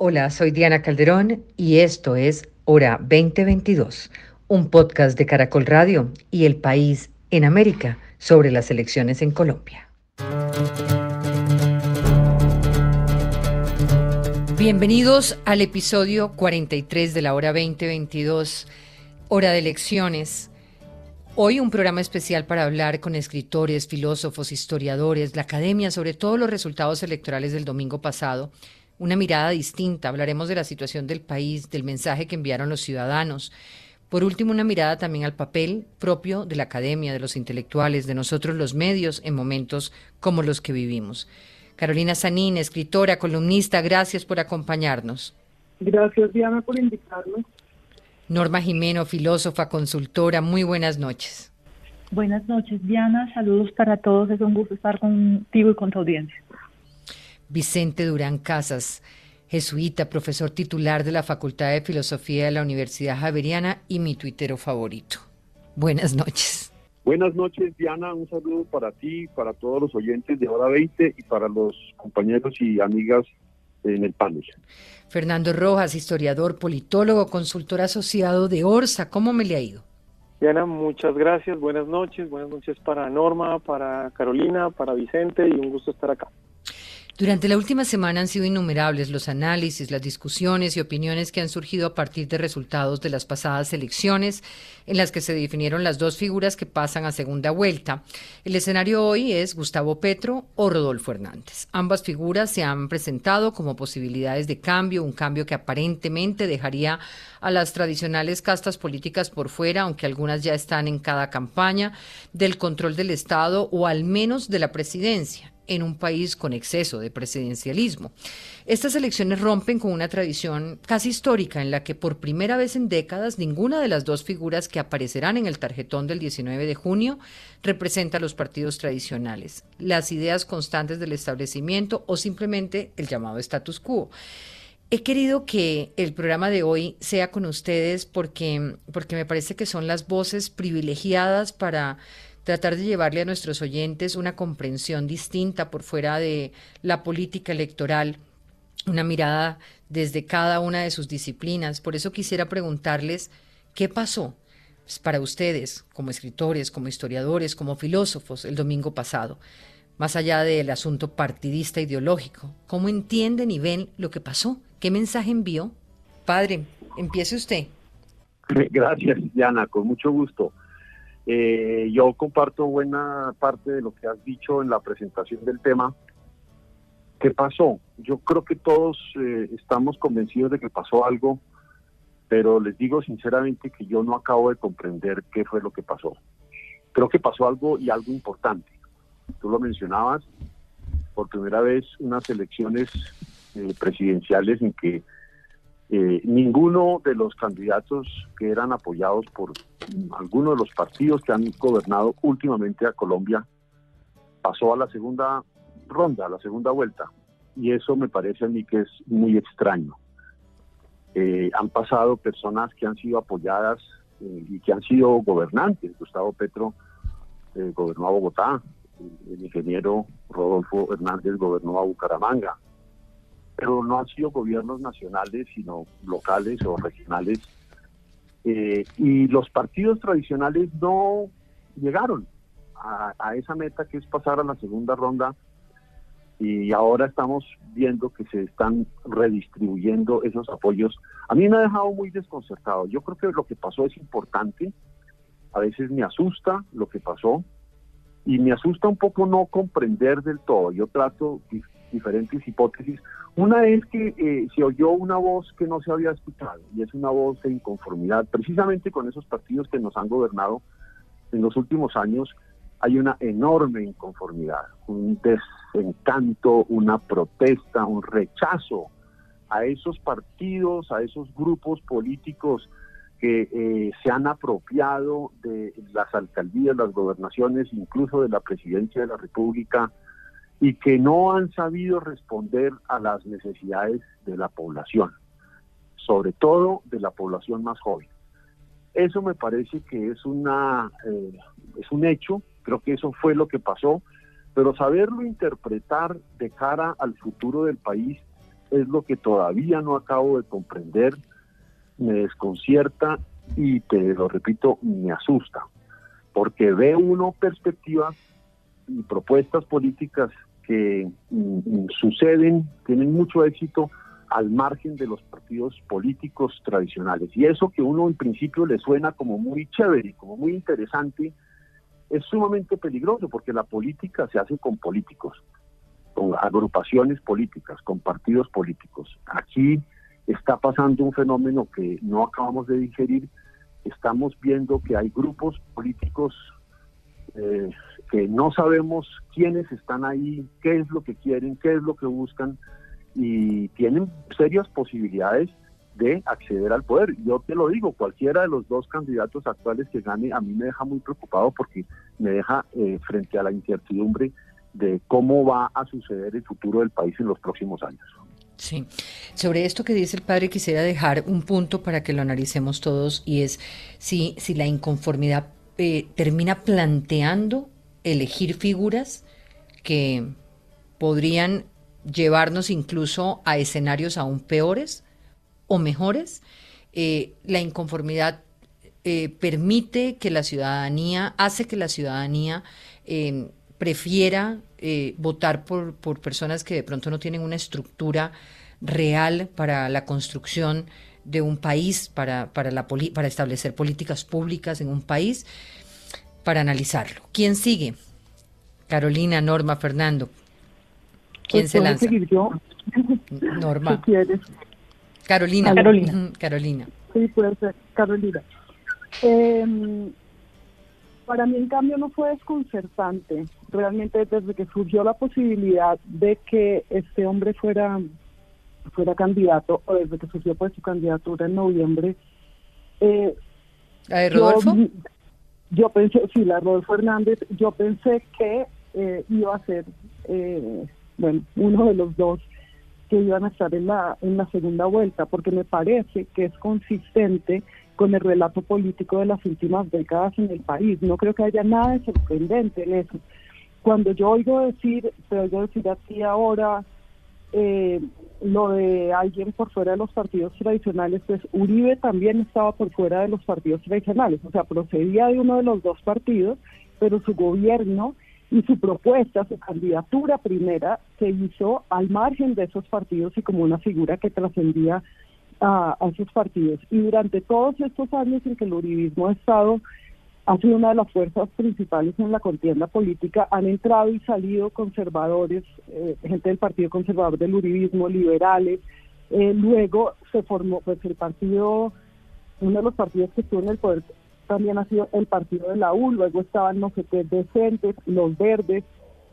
Hola, soy Diana Calderón y esto es Hora 2022, un podcast de Caracol Radio y El País en América sobre las elecciones en Colombia. Bienvenidos al episodio 43 de la Hora 2022, Hora de Elecciones. Hoy un programa especial para hablar con escritores, filósofos, historiadores, la academia sobre todos los resultados electorales del domingo pasado. Una mirada distinta, hablaremos de la situación del país, del mensaje que enviaron los ciudadanos. Por último, una mirada también al papel propio de la academia, de los intelectuales, de nosotros los medios en momentos como los que vivimos. Carolina Sanín, escritora, columnista, gracias por acompañarnos. Gracias, Diana, por invitarme. Norma Jimeno, filósofa, consultora, muy buenas noches. Buenas noches, Diana. Saludos para todos. Es un gusto estar contigo y con tu audiencia. Vicente Durán Casas, jesuita, profesor titular de la Facultad de Filosofía de la Universidad Javeriana y mi tuitero favorito. Buenas noches. Buenas noches, Diana. Un saludo para ti, para todos los oyentes de Hora 20 y para los compañeros y amigas en el panel. Fernando Rojas, historiador, politólogo, consultor asociado de ORSA. ¿Cómo me le ha ido? Diana, muchas gracias. Buenas noches para Norma, para Carolina, para Vicente y un gusto estar acá. Durante la última semana han sido innumerables los análisis, las discusiones y opiniones que han surgido a partir de resultados de las pasadas elecciones, en las que se definieron las dos figuras que pasan a segunda vuelta. El escenario hoy es Gustavo Petro o Rodolfo Hernández. Ambas figuras se han presentado como posibilidades de cambio, un cambio que aparentemente dejaría a las tradicionales castas políticas por fuera, aunque algunas ya están en cada campaña, del control del Estado o al menos de la presidencia, en un país con exceso de presidencialismo. Estas elecciones rompen con una tradición casi histórica en la que por primera vez en décadas ninguna de las dos figuras que aparecerán en el tarjetón del 19 de junio representa a los partidos tradicionales, las ideas constantes del establecimiento o simplemente el llamado status quo. He querido que el programa de hoy sea con ustedes porque me parece que son las voces privilegiadas para tratar de llevarle a nuestros oyentes una comprensión distinta por fuera de la política electoral, una mirada desde cada una de sus disciplinas. Por eso quisiera preguntarles qué pasó para ustedes, como escritores, como historiadores, como filósofos, el domingo pasado, más allá del asunto partidista ideológico. ¿Cómo entienden y ven lo que pasó? ¿Qué mensaje envió? Padre, empiece usted. Gracias, Diana, con mucho gusto. Yo comparto buena parte de lo que has dicho en la presentación del tema. ¿Qué pasó? Yo creo que todos estamos convencidos de que pasó algo, pero les digo sinceramente que yo no acabo de comprender qué fue lo que pasó. Creo que pasó algo y algo importante. Tú lo mencionabas, por primera vez unas elecciones presidenciales en que ninguno de los candidatos que eran apoyados por algunos de los partidos que han gobernado últimamente a Colombia pasó a la segunda ronda, a la segunda vuelta. Y eso me parece a mí que es muy extraño. Han pasado personas que han sido apoyadas y que han sido gobernantes. Gustavo Petro gobernó a Bogotá, el ingeniero Rodolfo Hernández gobernó a Bucaramanga, pero no han sido gobiernos nacionales, sino locales o regionales. Y los partidos tradicionales no llegaron a esa meta que es pasar a la segunda ronda, y ahora estamos viendo que se están redistribuyendo esos apoyos. A mí me ha dejado muy desconcertado. Yo creo que lo que pasó es importante. A veces me asusta lo que pasó y me asusta un poco no comprender del todo. Yo trato diferentes hipótesis. Una es que se oyó una voz que no se había escuchado, y es una voz de inconformidad, precisamente con esos partidos que nos han gobernado en los últimos años. Hay una enorme inconformidad, un desencanto, una protesta, un rechazo a esos partidos, a esos grupos políticos que se han apropiado de las alcaldías, las gobernaciones, incluso de la presidencia de la República, y que no han sabido responder a las necesidades de la población, sobre todo de la población más joven. Eso me parece que es un hecho. Creo que eso fue lo que pasó, pero saberlo interpretar de cara al futuro del país es lo que todavía no acabo de comprender, me desconcierta y, te lo repito, me asusta, porque ve uno perspectivas y propuestas políticas que suceden, tienen mucho éxito al margen de los partidos políticos tradicionales. Y eso que uno en principio le suena como muy chévere, como muy interesante, es sumamente peligroso, porque la política se hace con políticos, con agrupaciones políticas, con partidos políticos. Aquí está pasando un fenómeno que no acabamos de digerir. Estamos viendo que hay grupos políticos que no sabemos quiénes están ahí, qué es lo que quieren, qué es lo que buscan, y tienen serias posibilidades de acceder al poder. Yo te lo digo, cualquiera de los dos candidatos actuales que gane, a mí me deja muy preocupado, porque me deja frente a la incertidumbre de cómo va a suceder el futuro del país en los próximos años. Sí, sobre esto que dice el padre quisiera dejar un punto para que lo analicemos todos, y es si la inconformidad termina planteando elegir figuras que podrían llevarnos incluso a escenarios aún peores o mejores. La inconformidad permite que la ciudadanía, hace que la ciudadanía prefiera votar por personas que de pronto no tienen una estructura real para la construcción de un país, para establecer políticas públicas en un país, para analizarlo. ¿Quién sigue? Carolina, Norma, Fernando. ¿Quién se lanza? ¿Puedo seguir yo? Norma. Si quieres. Carolina. Carolina. Carolina. Sí, puede ser. Carolina. Para mí, en cambio, no fue desconcertante. Realmente, desde que surgió la posibilidad de que este hombre fuera candidato, o desde que surgió pues su candidatura en noviembre. ¿La de Rodolfo? Yo pensé, sí, la de Rodolfo Hernández, yo pensé que iba a ser, uno de los dos que iban a estar en la segunda vuelta, porque me parece que es consistente con el relato político de las últimas décadas en el país. No creo que haya nada de sorprendente en eso. Cuando yo te oigo decir a ti ahora, lo de alguien por fuera de los partidos tradicionales, pues Uribe también estaba por fuera de los partidos tradicionales, o sea, procedía de uno de los dos partidos, pero su gobierno y su propuesta, su candidatura primera, se hizo al margen de esos partidos y como una figura que trascendía a esos partidos. Y durante todos estos años en que el uribismo ha sido una de las fuerzas principales en la contienda política, han entrado y salido conservadores, gente del Partido Conservador del Uribismo, liberales. Luego se formó pues el partido, uno de los partidos que estuvo en el poder también ha sido el partido de la U, luego estaban no sé qué decentes, los verdes,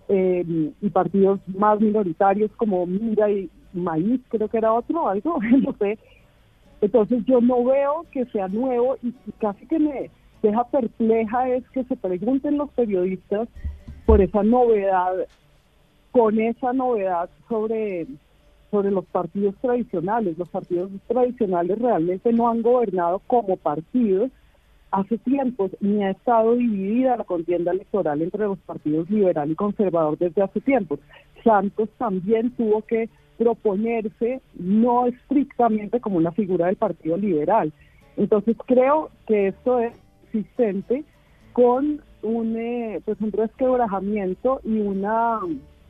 y partidos más minoritarios como Mira y Maíz, creo que era otro, algo, no sé. Entonces yo no veo que sea nuevo, y casi que me deja perpleja es que se pregunten los periodistas por esa novedad, con esa novedad sobre los partidos tradicionales. Los partidos tradicionales realmente no han gobernado como partidos hace tiempos, ni ha estado dividida la contienda electoral entre los partidos liberal y conservador desde hace tiempos. Santos también tuvo que proponerse no estrictamente como una figura del Partido Liberal. Entonces creo que esto es consistente con un resquebrajamiento y una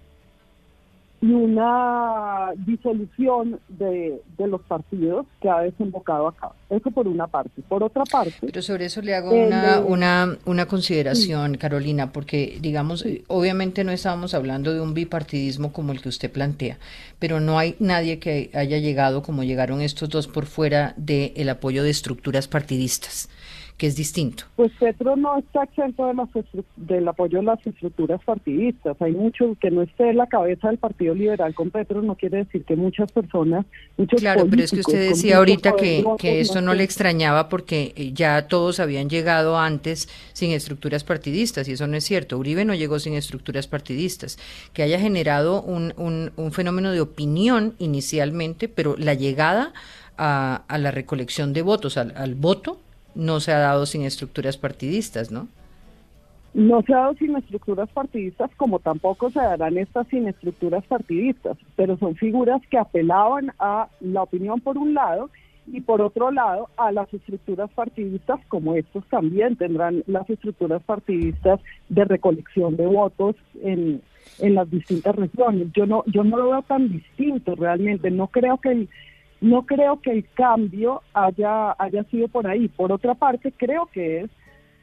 disolución de los partidos que ha desembocado acá. Eso por una parte. Por otra parte... Pero sobre eso le hago una consideración, sí. Carolina, porque, digamos, obviamente no estábamos hablando de un bipartidismo como el que usted plantea, pero no hay nadie que haya llegado como llegaron estos dos por fuera del apoyo de estructuras partidistas, que es distinto. Pues Petro no está exento del apoyo a las estructuras partidistas. Hay mucho que no esté en la cabeza del Partido Liberal con Petro, no quiere decir que muchas personas, claro, pero es que usted decía ahorita que esto no le extrañaba porque ya todos habían llegado antes sin estructuras partidistas, y eso no es cierto. Uribe no llegó sin estructuras partidistas, que haya generado un fenómeno de opinión inicialmente, pero la llegada a la recolección de votos, al voto, no se ha dado sin estructuras partidistas, ¿no? No se ha dado sin estructuras partidistas, como tampoco se darán estas sin estructuras partidistas, pero son figuras que apelaban a la opinión por un lado y por otro lado a las estructuras partidistas, como estos también tendrán las estructuras partidistas de recolección de votos en las distintas regiones. Yo no lo veo tan distinto realmente. No creo que el cambio haya sido por ahí. Por otra parte, creo que es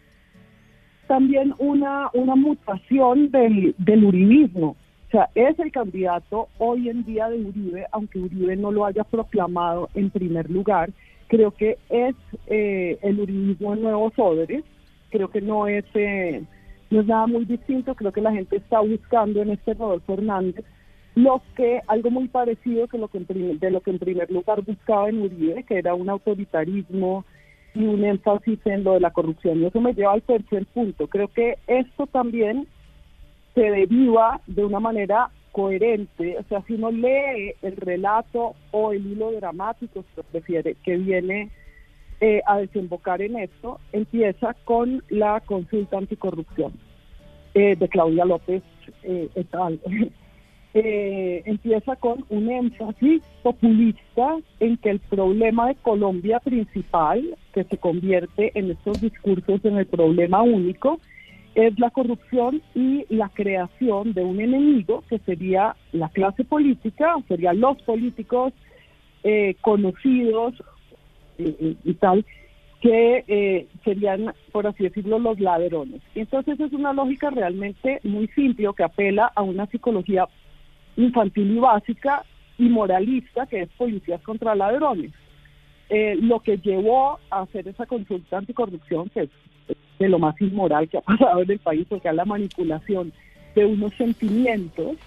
también una mutación del uribismo. O sea, es el candidato hoy en día de Uribe, aunque Uribe no lo haya proclamado en primer lugar. Creo que es el uribismo en nuevos odres. Creo que no es nada muy distinto. Creo que la gente está buscando en este Rodolfo Hernández algo muy parecido de lo que en primer lugar buscaba en Uribe, que era un autoritarismo y un énfasis en lo de la corrupción. Y eso me lleva al tercer punto. Creo que esto también se deriva de una manera coherente. O sea, si uno lee el relato o el hilo dramático, si lo prefiere, que viene a desembocar en esto, empieza con la consulta anticorrupción de Claudia López et al. Empieza con un énfasis populista en que el problema de Colombia principal, que se convierte en estos discursos en el problema único, es la corrupción y la creación de un enemigo que sería la clase política, serían los políticos conocidos y tal, que serían, por así decirlo, los ladrones. Y entonces es una lógica realmente muy simple, que apela a una psicología infantil y básica y moralista, que es policías contra ladrones. Lo que llevó a hacer esa consulta anticorrupción, que es de lo más inmoral que ha pasado en el país, porque es la manipulación de unos sentimientos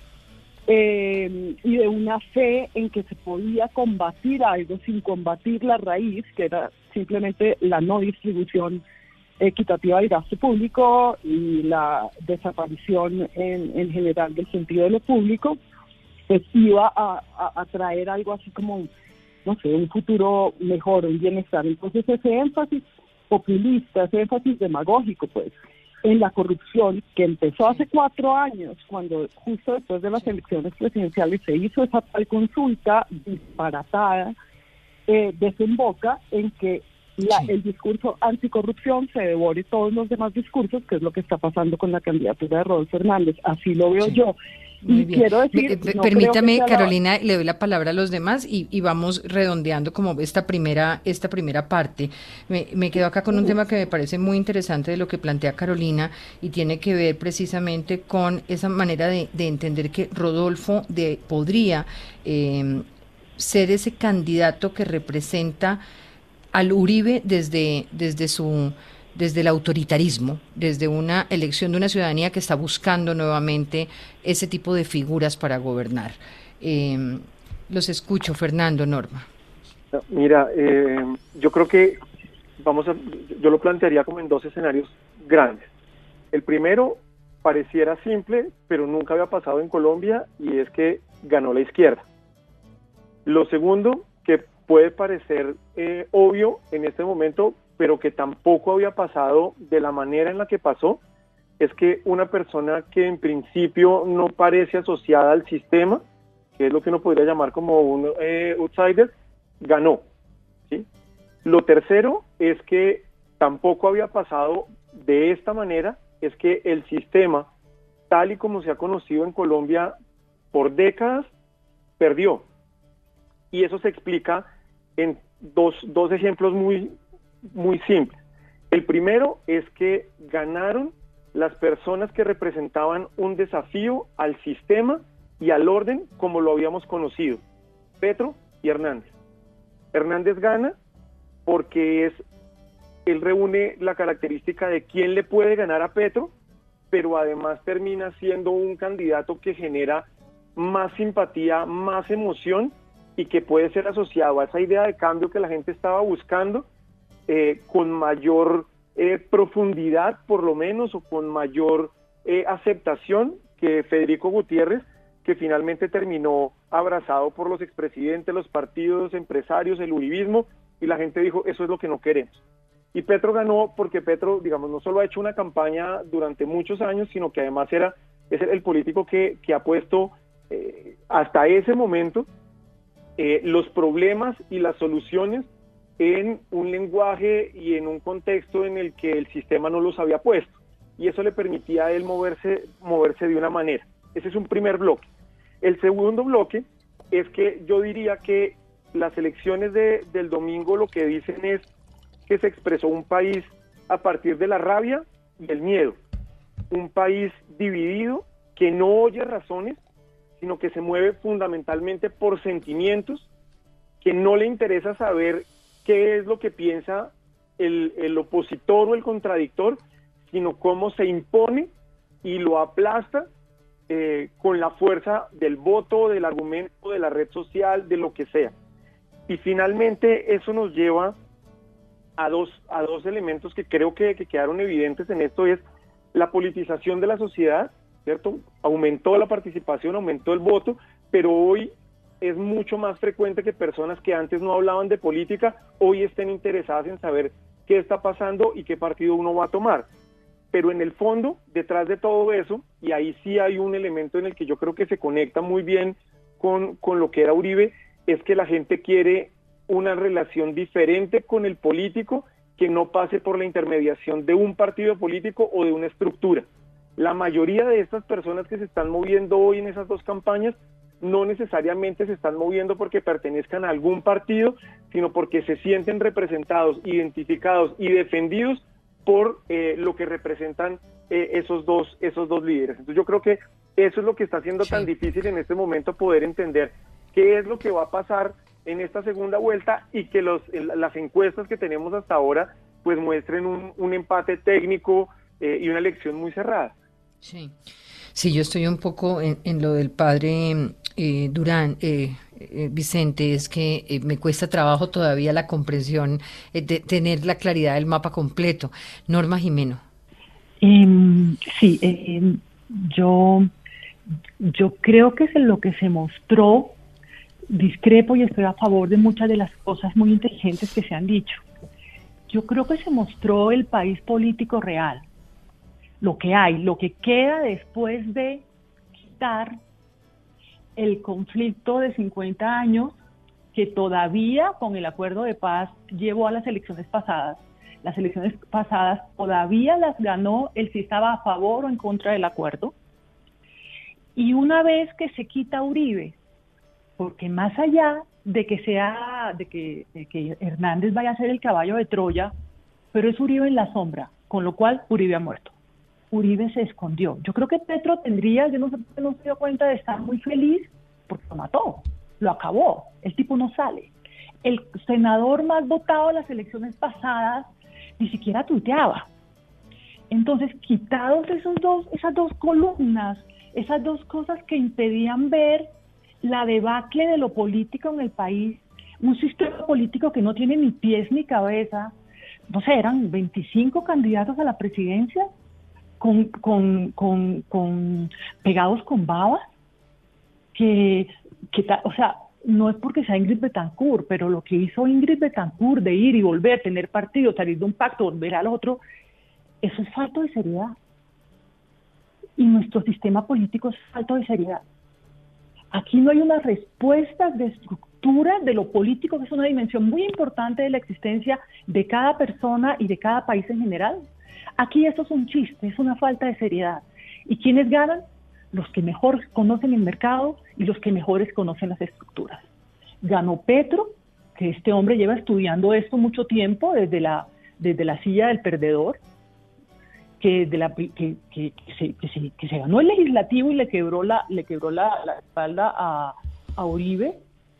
y de una fe en que se podía combatir algo sin combatir la raíz, que era simplemente la no distribución equitativa del gasto público y la desaparición en general del sentido de lo público, pues iba a traer algo así como, no sé, un futuro mejor, un bienestar. Entonces ese énfasis populista, ese énfasis demagógico, pues, en la corrupción, que empezó hace 4 años, cuando justo después de las elecciones presidenciales se hizo esa tal consulta disparatada, desemboca en que el discurso anticorrupción se devore todos los demás discursos, que es lo que está pasando con la candidatura de Rodolfo Hernández. Así lo veo yo. Muy y bien. quiero decir, Permítame, Carolina, le doy la palabra a los demás y vamos redondeando como esta primera parte. Me quedo acá con un tema que me parece muy interesante de lo que plantea Carolina y tiene que ver precisamente con esa manera de entender que Rodolfo podría ser ese candidato que representa al Uribe desde el autoritarismo, desde una elección de una ciudadanía que está buscando nuevamente ese tipo de figuras para gobernar. Los escucho, Fernando, Norma. Mira, yo creo que yo lo plantearía como en 2 escenarios grandes. El primero pareciera simple, pero nunca había pasado en Colombia, y es que ganó la izquierda. Lo segundo, que puede parecer obvio en este momento, pero que tampoco había pasado de la manera en la que pasó, es que una persona que en principio no parece asociada al sistema, que es lo que uno podría llamar como un outsider, ganó, ¿sí? Lo tercero es que tampoco había pasado de esta manera, es que el sistema, tal y como se ha conocido en Colombia por décadas, perdió. Y eso se explica en dos ejemplos muy simples. El primero es que ganaron las personas que representaban un desafío al sistema y al orden como lo habíamos conocido, Petro y Hernández. Hernández gana porque él reúne la característica de quién le puede ganar a Petro, pero además termina siendo un candidato que genera más simpatía, más emoción, y que puede ser asociado a esa idea de cambio que la gente estaba buscando, con mayor profundidad, por lo menos, o con mayor aceptación que Federico Gutiérrez, que finalmente terminó abrazado por los expresidentes, los partidos, empresarios, el uribismo, y la gente dijo, eso es lo que no queremos. Y Petro ganó porque Petro, digamos, no solo ha hecho una campaña durante muchos años, sino que además es el político que ha puesto hasta ese momento los problemas y las soluciones en un lenguaje y en un contexto en el que el sistema no los había puesto. Y eso le permitía a él moverse de una manera. Ese es un primer bloque. El segundo bloque es que yo diría que las elecciones del domingo lo que dicen es que se expresó un país a partir de la rabia y el miedo. Un país dividido que no oye razones, sino que se mueve fundamentalmente por sentimientos, que no le interesa saber qué es lo que piensa el opositor o el contradictor, sino cómo se impone y lo aplasta con la fuerza del voto, del argumento, de la red social, de lo que sea. Y finalmente eso nos lleva a dos elementos que creo que quedaron evidentes en esto, es la politización de la sociedad, ¿cierto? Aumentó la participación, aumentó el voto, pero hoy es mucho más frecuente que personas que antes no hablaban de política, hoy estén interesadas en saber qué está pasando y qué partido uno va a tomar. Pero en el fondo, detrás de todo eso, y ahí sí hay un elemento en el que yo creo que se conecta muy bien con lo que era Uribe, es que la gente quiere una relación diferente con el político que no pase por la intermediación de un partido político o de una estructura. La mayoría de estas personas que se están moviendo hoy en esas dos campañas no necesariamente se están moviendo porque pertenezcan a algún partido, sino porque se sienten representados, identificados y defendidos por lo que representan esos dos líderes. Entonces yo creo que eso es lo que está haciendo tan difícil en este momento poder entender qué es lo que va a pasar en esta segunda vuelta y que las encuestas que tenemos hasta ahora pues muestren un empate técnico y una elección muy cerrada. Sí, yo estoy un poco en lo del padre Durán, Vicente, es que me cuesta trabajo todavía la comprensión de tener la claridad del mapa completo. Norma Jimeno. Yo creo que es en lo que se mostró, discrepo y estoy a favor de muchas de las cosas muy inteligentes que se han dicho. Yo creo que se mostró el país político real, lo que hay, lo que queda después de quitar el conflicto de 50 años que todavía con el acuerdo de paz llevó a las elecciones pasadas. Las elecciones pasadas todavía las ganó el si estaba a favor o en contra del acuerdo. Y una vez que se quita Uribe, porque más allá de que Hernández vaya a ser el caballo de Troya, pero es Uribe en la sombra, con lo cual Uribe ha muerto. Uribe se escondió. Yo creo que Petro yo no se dio cuenta de estar muy feliz porque lo mató, lo acabó, el tipo no sale. El senador más votado en las elecciones pasadas ni siquiera tuiteaba. Entonces, quitados esas dos columnas, esas dos cosas que impedían ver la debacle de lo político en el país, un sistema político que no tiene ni pies ni cabeza, no sé, eran 25 candidatos a la presidencia, pegados con babas, o sea, no es porque sea Ingrid Betancourt, pero lo que hizo Ingrid Betancourt de ir y volver, tener partido, salir de un pacto, volver al otro, eso es falta de seriedad. Y nuestro sistema político es falta de seriedad. Aquí no hay unas respuestas de estructura de lo político, que es una dimensión muy importante de la existencia de cada persona y de cada país en general. Aquí esto es un chiste, es una falta de seriedad. ¿Y quiénes ganan? Los que mejor conocen el mercado y los que mejores conocen las estructuras. Ganó Petro, que este hombre lleva estudiando esto mucho tiempo, desde la silla del perdedor, que se ganó el legislativo y le quebró la espalda a Uribe,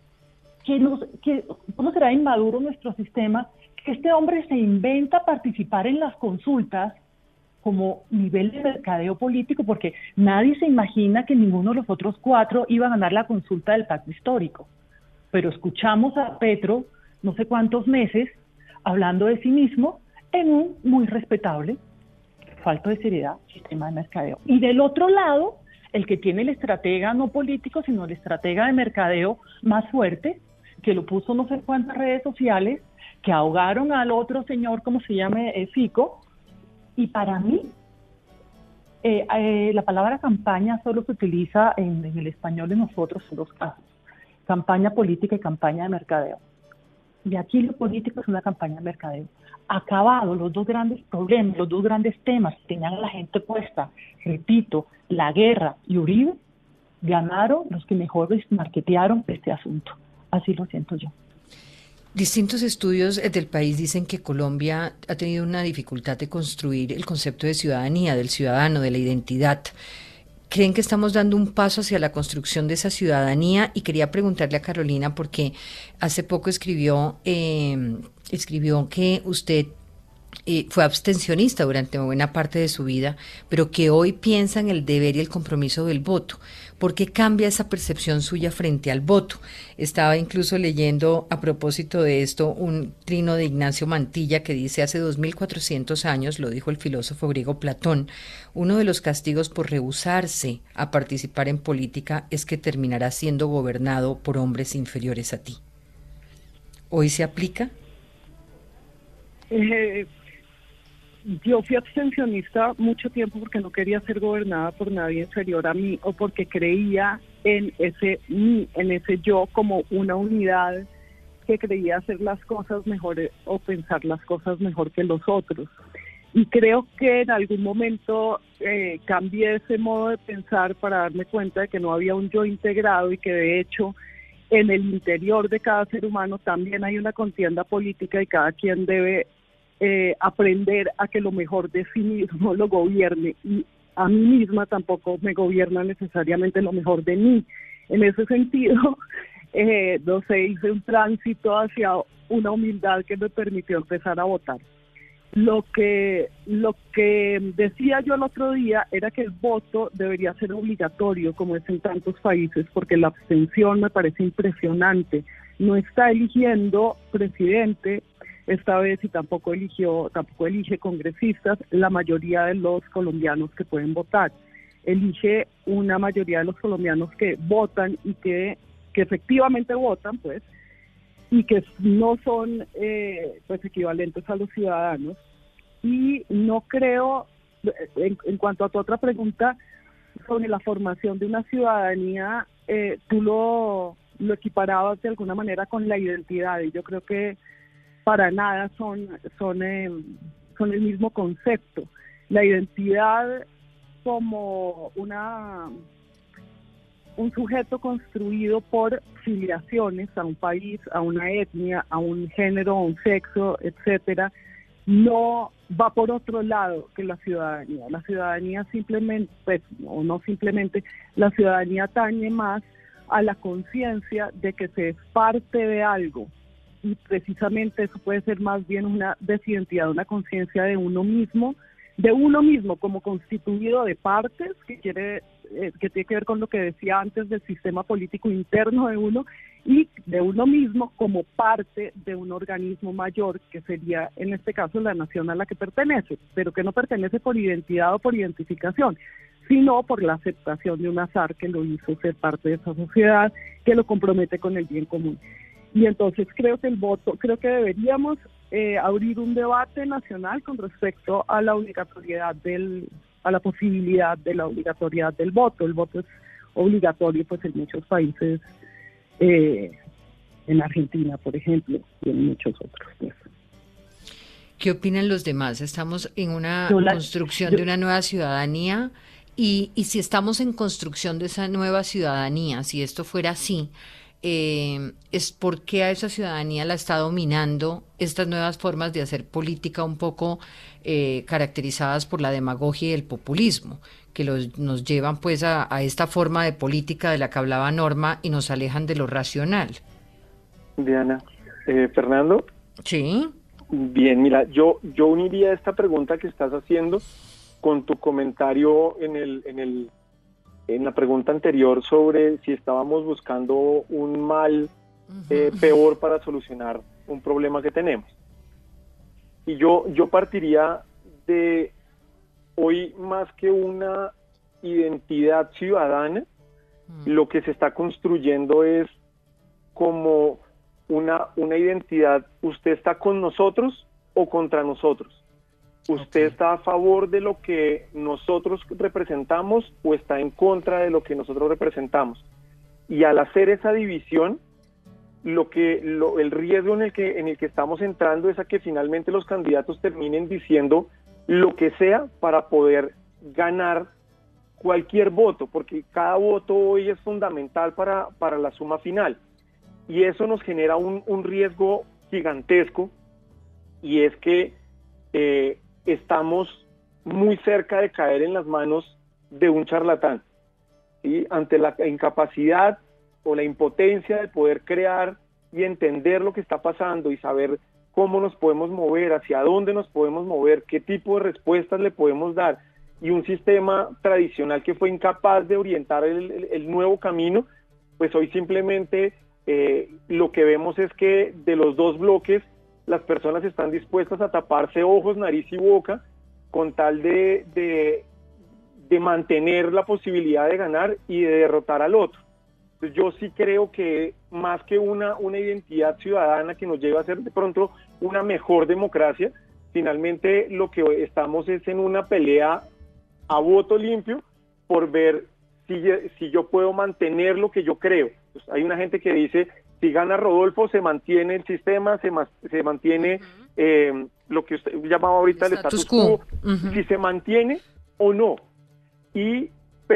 ¿cómo será inmaduro nuestro sistema? Que este hombre se inventa participar en las consultas como nivel de mercadeo político, porque nadie se imagina que ninguno de los otros cuatro iba a ganar la consulta del pacto histórico. Pero escuchamos a Petro no sé cuántos meses hablando de sí mismo en un muy respetable, falta de seriedad, sistema de mercadeo. Y del otro lado, el que tiene el estratega no político, sino el estratega de mercadeo más fuerte, que lo puso no sé cuántas redes sociales, que ahogaron al otro señor, como se llama, Fico, y para mí la palabra campaña solo se utiliza en el español de nosotros en dos casos, campaña política y campaña de mercadeo. Y aquí lo político es una campaña de mercadeo. Acabado los dos grandes problemas, los dos grandes temas que tenían a la gente puesta, repito, la guerra y Uribe, ganaron los que mejor marketearon este asunto. Así lo siento yo. Distintos estudios del país dicen que Colombia ha tenido una dificultad de construir el concepto de ciudadanía, del ciudadano, de la identidad. ¿Creen que estamos dando un paso hacia la construcción de esa ciudadanía? Y quería preguntarle a Carolina, porque hace poco escribió que usted fue abstencionista durante buena parte de su vida, pero que hoy piensa en el deber y el compromiso del voto. ¿Por qué cambia esa percepción suya frente al voto? Estaba incluso leyendo a propósito de esto un trino de Ignacio Mantilla que dice: hace 2400 años, lo dijo el filósofo griego Platón, uno de los castigos por rehusarse a participar en política es que terminarás siendo gobernado por hombres inferiores a ti. ¿Hoy se aplica? Yo fui abstencionista mucho tiempo porque no quería ser gobernada por nadie inferior a mí, o porque creía en ese yo como una unidad que creía hacer las cosas mejor o pensar las cosas mejor que los otros. Y creo que en algún momento cambié ese modo de pensar para darme cuenta de que no había un yo integrado y que de hecho en el interior de cada ser humano también hay una contienda política y cada quien debe aprender a que lo mejor de sí mismo lo gobierne, y a mí misma tampoco me gobierna necesariamente lo mejor de mí. En ese sentido, no sé, hice un tránsito hacia una humildad que me permitió empezar a votar. Lo que decía yo el otro día era que el voto debería ser obligatorio, como es en tantos países, porque la abstención me parece impresionante. No está eligiendo presidente esta vez y tampoco elige congresistas la mayoría de los colombianos que pueden votar. Elige una mayoría de los colombianos que votan y que efectivamente votan, pues, y que no son pues equivalentes a los ciudadanos. Y no creo, en cuanto a tu otra pregunta sobre la formación de una ciudadanía, tú lo equiparabas de alguna manera con la identidad, y yo creo que para nada son el mismo concepto. La identidad como un sujeto construido por filiaciones a un país, a una etnia, a un género, a un sexo, etcétera, no va por otro lado que la ciudadanía. La ciudadanía simplemente, pues, o no simplemente, la ciudadanía atañe más a la conciencia de que se es parte de algo, y precisamente eso puede ser más bien una desidentidad, una conciencia de uno mismo como constituido de partes, que tiene que ver con lo que decía antes del sistema político interno de uno, y de uno mismo como parte de un organismo mayor, que sería en este caso la nación a la que pertenece, pero que no pertenece por identidad o por identificación, sino por la aceptación de un azar que lo hizo ser parte de esa sociedad, que lo compromete con el bien común. Y entonces creo que deberíamos abrir un debate nacional con respecto a la obligatoriedad a la posibilidad de la obligatoriedad del voto. El voto es obligatorio, pues, en muchos países, en Argentina, por ejemplo, y en muchos otros, pues. ¿Qué opinan los demás? ¿Estamos en una construcción de una nueva ciudadanía? Y si estamos en construcción de esa nueva ciudadanía, si esto fuera así, es porque a esa ciudadanía la está dominando estas nuevas formas de hacer política un poco caracterizadas por la demagogia y el populismo, que nos llevan pues a esta forma de política de la que hablaba Norma y nos alejan de lo racional. Diana, Fernando. Sí. Bien, mira, yo uniría esta pregunta que estás haciendo con tu comentario en la pregunta anterior sobre si estábamos buscando un mal peor para solucionar un problema que tenemos. Y yo partiría de hoy, más que una identidad ciudadana, lo que se está construyendo es como una identidad. ¿Usted está con nosotros o contra nosotros? ¿Usted está a favor de lo que nosotros representamos o está en contra de lo que nosotros representamos? Y al hacer esa división, el riesgo en el que estamos entrando es a que finalmente los candidatos terminen diciendo lo que sea para poder ganar cualquier voto, porque cada voto hoy es fundamental para la suma final. Y eso nos genera un riesgo gigantesco, y es que estamos muy cerca de caer en las manos de un charlatán, ¿sí? Ante la incapacidad o la impotencia de poder crear y entender lo que está pasando y saber cómo nos podemos mover, hacia dónde nos podemos mover, qué tipo de respuestas le podemos dar, y un sistema tradicional que fue incapaz de orientar el nuevo camino, pues hoy simplemente lo que vemos es que de los dos bloques las personas están dispuestas a taparse ojos, nariz y boca con tal de mantener la posibilidad de ganar y de derrotar al otro. Entonces yo sí creo que más que una identidad ciudadana que nos lleve a ser de pronto una mejor democracia, finalmente lo que estamos es en una pelea a voto limpio por ver si yo puedo mantener lo que yo creo. Pues hay una gente que dice, si gana Rodolfo se mantiene el sistema, se mantiene lo que usted llamaba ahorita el status quo, si se mantiene o no. Y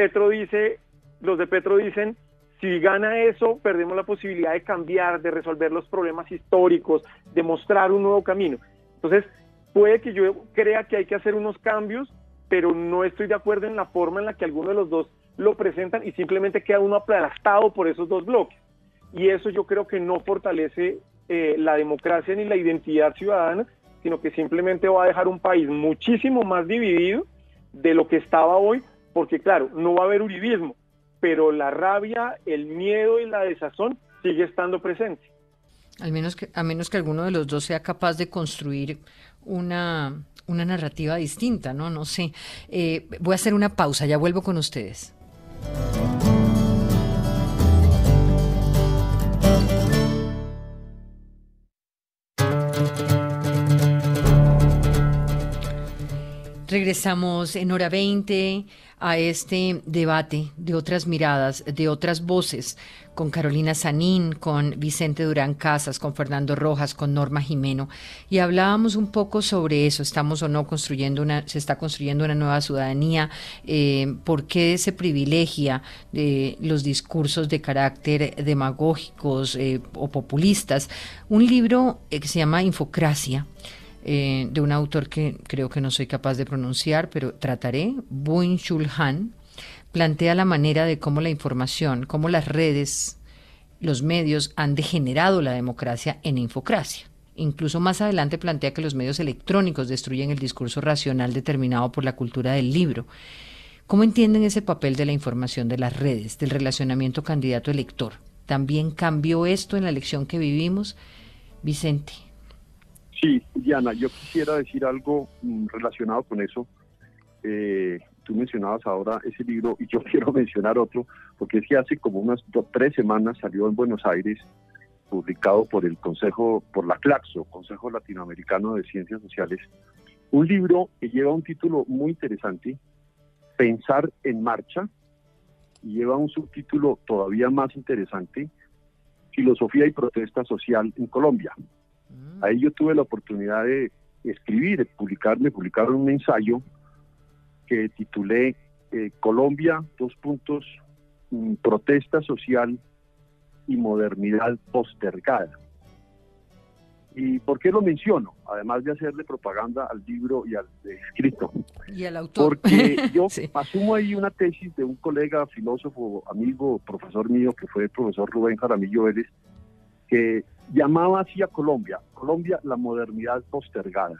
los de Petro dicen, si gana eso, perdemos la posibilidad de cambiar, de resolver los problemas históricos, de mostrar un nuevo camino. Entonces, puede que yo crea que hay que hacer unos cambios, pero no estoy de acuerdo en la forma en la que alguno de los dos lo presentan y simplemente queda uno aplastado por esos dos bloques. Y eso yo creo que no fortalece la democracia ni la identidad ciudadana, sino que simplemente va a dejar un país muchísimo más dividido de lo que estaba hoy, porque claro, no va a haber uribismo, pero la rabia, el miedo y la desazón sigue estando presente. A menos que alguno de los dos sea capaz de construir una narrativa distinta, ¿no? No sé. Voy a hacer una pausa, ya vuelvo con ustedes. Regresamos en hora 20 a este debate de otras miradas, de otras voces, con Carolina Sanín, con Vicente Durán Casas, con Fernando Rojas, con Norma Jimeno, y hablábamos un poco sobre eso, estamos o no se está construyendo una nueva ciudadanía, por qué se privilegia los discursos de carácter demagógicos o populistas. Un libro que se llama Infocracia, de un autor que creo que no soy capaz de pronunciar, pero trataré, Byung-Chul Han, plantea la manera de cómo la información, cómo las redes, los medios han degenerado la democracia en infocracia. Incluso más adelante plantea que los medios electrónicos destruyen el discurso racional determinado por la cultura del libro. ¿Cómo entienden ese papel de la información de las redes, del relacionamiento candidato-elector? ¿También cambió esto en la elección que vivimos? Vicente. Sí, Diana, yo quisiera decir algo relacionado con eso. Tú mencionabas ahora ese libro y yo quiero mencionar otro, porque es que hace como unas 3 semanas salió en Buenos Aires, publicado por la CLACSO, Consejo Latinoamericano de Ciencias Sociales, un libro que lleva un título muy interesante, Pensar en Marcha, y lleva un subtítulo todavía más interesante, Filosofía y Protesta Social en Colombia. Ahí yo tuve la oportunidad de escribir, me publicaron un ensayo que titulé Colombia, protesta social y modernidad postergada. ¿Y por qué lo menciono? Además de hacerle propaganda al libro y al escrito. Y al autor. Porque yo sí. asumo ahí una tesis de un colega, filósofo, amigo, profesor mío, que fue el profesor Rubén Jaramillo Vélez, que llamaba así a Colombia, la modernidad postergada.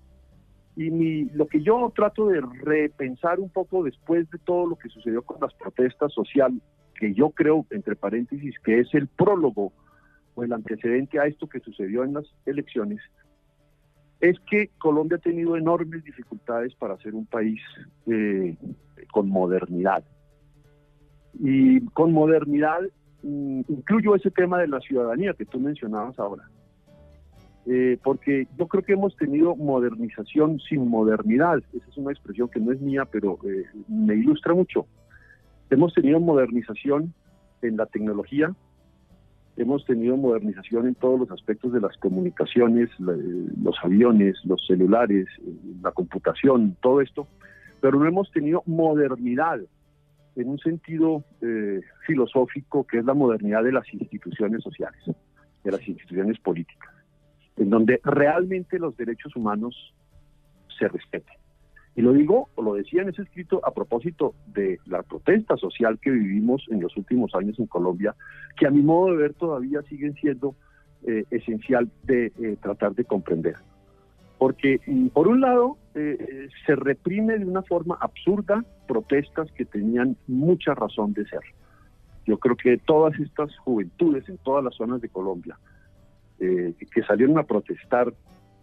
Y lo que yo trato de repensar un poco después de todo lo que sucedió con las protestas sociales, que yo creo, entre paréntesis, que es el prólogo o el antecedente a esto que sucedió en las elecciones, es que Colombia ha tenido enormes dificultades para ser un país con modernidad. Y con modernidad incluyo ese tema de la ciudadanía que tú mencionabas ahora. Porque yo creo que hemos tenido modernización sin modernidad. Esa es una expresión que no es mía, pero me ilustra mucho. Hemos tenido modernización en la tecnología, hemos tenido modernización en todos los aspectos de las comunicaciones, los aviones, los celulares, la computación, todo esto, pero no hemos tenido modernidad en un sentido filosófico, que es la modernidad de las instituciones sociales, de las instituciones políticas, en donde realmente los derechos humanos se respeten. Y lo digo, o lo decía en ese escrito, a propósito de la protesta social que vivimos en los últimos años en Colombia, que a mi modo de ver todavía siguen siendo esencial de tratar de comprender. Porque, por un lado, se reprime de una forma absurda protestas que tenían mucha razón de ser. Yo creo que todas estas juventudes en todas las zonas de Colombia que salieron a protestar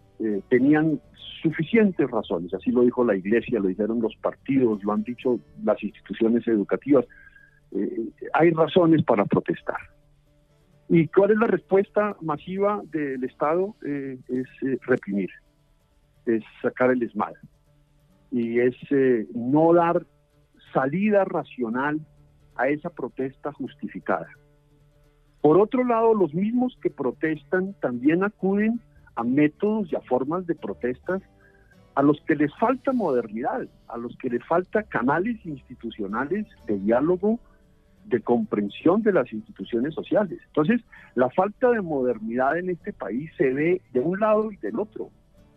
tenían suficientes razones, así lo dijo la Iglesia, lo dijeron los partidos, lo han dicho las instituciones educativas, hay razones para protestar. ¿Y cuál es la respuesta masiva del Estado? Es reprimir, es sacar el ESMAD, y es no dar salida racional a esa protesta justificada. Por otro lado, los mismos que protestan también acuden a métodos y a formas de protestas a los que les falta modernidad, a los que les falta canales institucionales de diálogo, de comprensión de las instituciones sociales. Entonces, la falta de modernidad en este país se ve de un lado y del otro.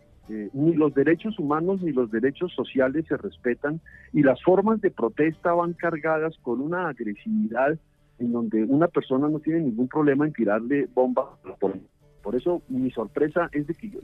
Ni los derechos humanos ni los derechos sociales se respetan, y las formas de protesta van cargadas con una agresividad en donde una persona no tiene ningún problema en tirarle bombas. Por eso mi sorpresa es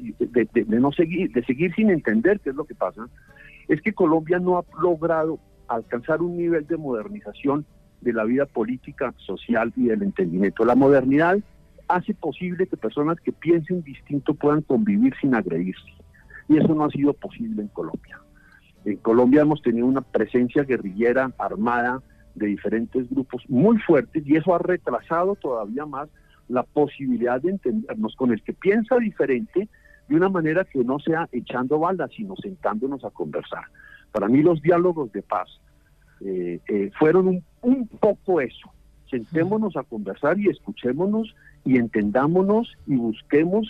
de seguir sin entender qué es lo que pasa, es que Colombia no ha logrado alcanzar un nivel de modernización de la vida política, social y del entendimiento. La modernidad hace posible que personas que piensen distinto puedan convivir sin agredirse, y eso no ha sido posible en Colombia. En Colombia hemos tenido una presencia guerrillera armada de diferentes grupos muy fuertes, y eso ha retrasado todavía más la posibilidad de entendernos con el que piensa diferente de una manera que no sea echando balas, sino sentándonos a conversar. Para mí los diálogos de paz fueron un poco eso. Sentémonos a conversar y escuchémonos y entendámonos y busquemos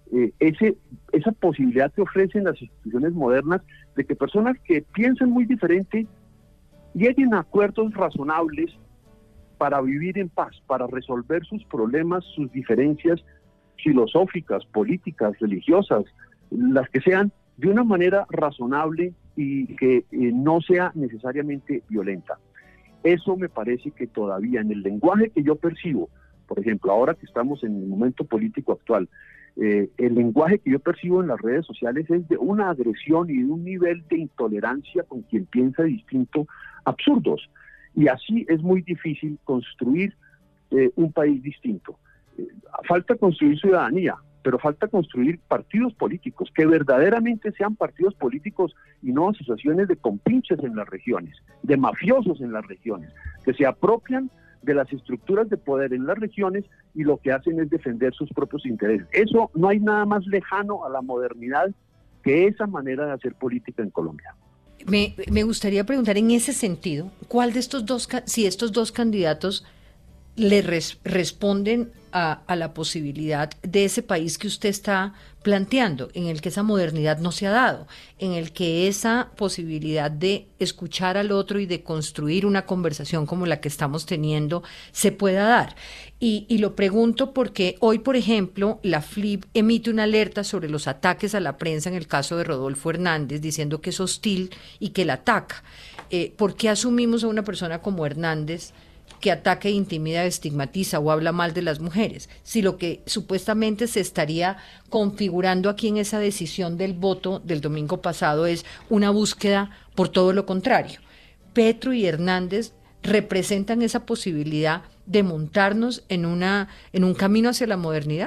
esa posibilidad que ofrecen las instituciones modernas de que personas que piensan muy diferente lleguen a acuerdos razonables para vivir en paz, para resolver sus problemas, sus diferencias filosóficas, políticas, religiosas, las que sean, de una manera razonable y que no sea necesariamente violenta. Eso me parece que todavía en el lenguaje que yo percibo, por ejemplo, ahora que estamos en el momento político actual, el lenguaje que yo percibo en las redes sociales es de una agresión y de un nivel de intolerancia con quien piensa distinto, absurdos. Y así es muy difícil construir un país distinto. Falta construir ciudadanía, pero falta construir partidos políticos, que verdaderamente sean partidos políticos y no asociaciones de compinches en las regiones, de mafiosos en las regiones, que se apropian de las estructuras de poder en las regiones y lo que hacen es defender sus propios intereses. Eso no hay nada más lejano a la modernidad que esa manera de hacer política en Colombia. Me gustaría preguntar en ese sentido, ¿cuál de estos dos, si estos dos candidatos le responden a la posibilidad de ese país que usted está planteando, en el que esa modernidad no se ha dado, en el que esa posibilidad de escuchar al otro y de construir una conversación como la que estamos teniendo se pueda dar? Y lo pregunto porque hoy, por ejemplo, la FLIP emite una alerta sobre los ataques a la prensa en el caso de Rodolfo Hernández, diciendo que es hostil y que la ataca. ¿Por qué asumimos a una persona como Hernández que ataca, intimida, estigmatiza o habla mal de las mujeres, si lo que supuestamente se estaría configurando aquí en esa decisión del voto del domingo pasado es una búsqueda por todo lo contrario? Petro y Hernández representan esa posibilidad de montarnos en un camino hacia la modernidad.